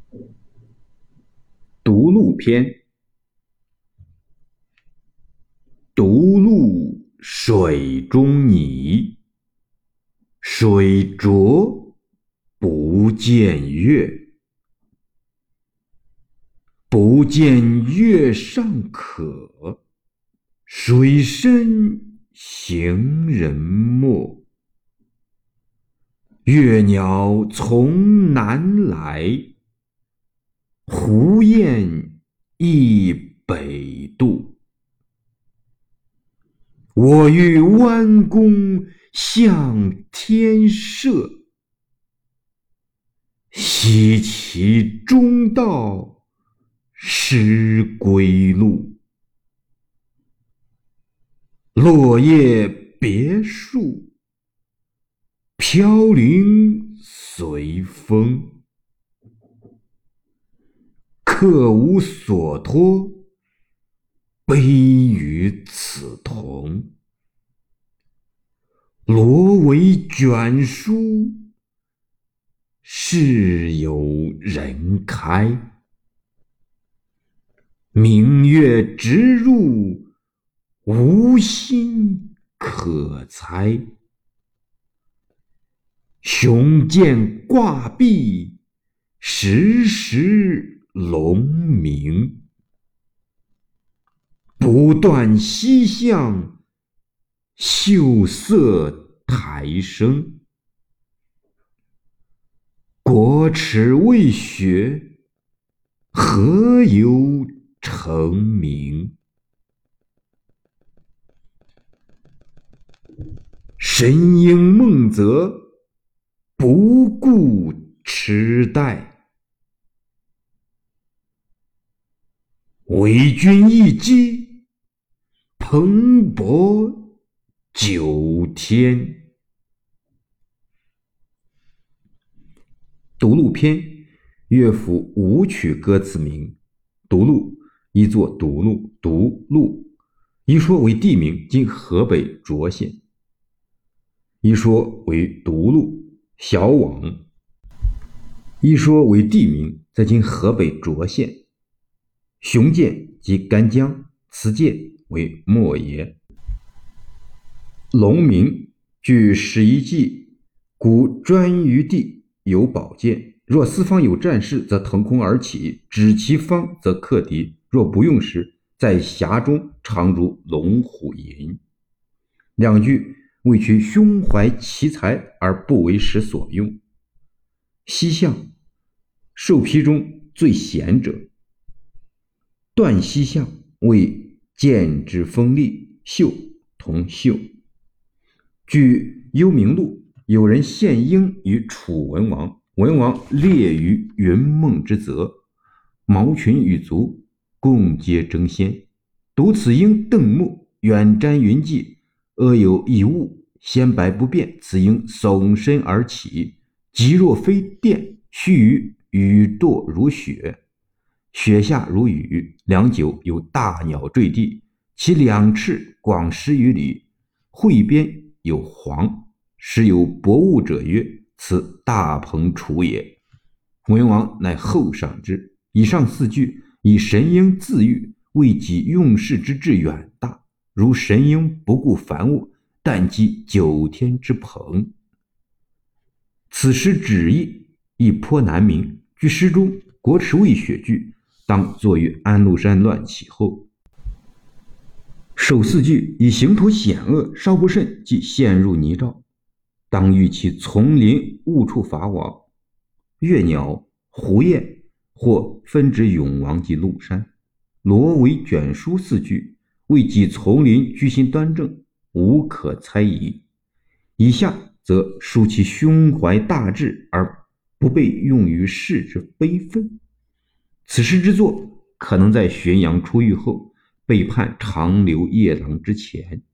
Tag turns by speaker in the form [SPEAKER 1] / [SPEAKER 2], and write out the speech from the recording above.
[SPEAKER 1] 独鹿篇。独鹿水中拟，水浊不见月。不见月尚可，水深行人没。月鸟从南来，胡雁亦北渡。我欲弯弓向天射，惜其中道失归路。落叶别树，飘零随风。客无所托，悲与此同。罗帷卷书，事有人开。明月直入，无心可猜。雄剑挂壁，时时龙鸣。不断西向，秀色台生。国耻未雪，何由成名？神鹰梦泽，不顾痴待。为君一击，蓬勃九天。独鹿篇，乐府舞曲歌词名。独鹿，一作独鹿，独鹿，一说为地名，今河北涿县；一说为独鹿，小网；一说为地名，在今河北涿县。雄剑即干将，雌剑为莫邪。龙鸣，据《史记》记，古颛于地有宝剑，若四方有战事，则腾空而起，指其方则克敌；若不用时，在匣中常如龙虎吟。两句为其胸怀奇才而不为时所用。西向，兽皮中最贤者。断西向为剑之锋利，秀同秀。据《幽冥录》，有人献鹰于楚文王，文王猎于云梦之泽，毛群与卒共皆争先，独此鹰瞪目，远瞻云际，阿有一物，纤白不变，此鹰耸身而起，疾若飞电，须臾雨堕如雪。雪下如雨，良久有大鸟坠地，其两翅广10余里，喙边有黄，时有博物者曰：此大鹏雏也。文王乃厚赏之。以上4句以神鹰自喻，为己用事之志远大，如神鹰不顾凡物，但击9天之鹏。此诗旨意亦颇难明，据诗中国耻未雪句，当作于安禄山乱起后。首4句以行途险恶，稍不慎即陷入泥沼，当遇其丛林误触法网。月鸟、胡雁或分指永王及麓山。罗帷卷书4句为己丛林居心端正，无可猜疑。以下则抒其胸怀大志而不被用于世之悲愤。此诗之作可能在浔阳出狱后被判长流夜郎之前。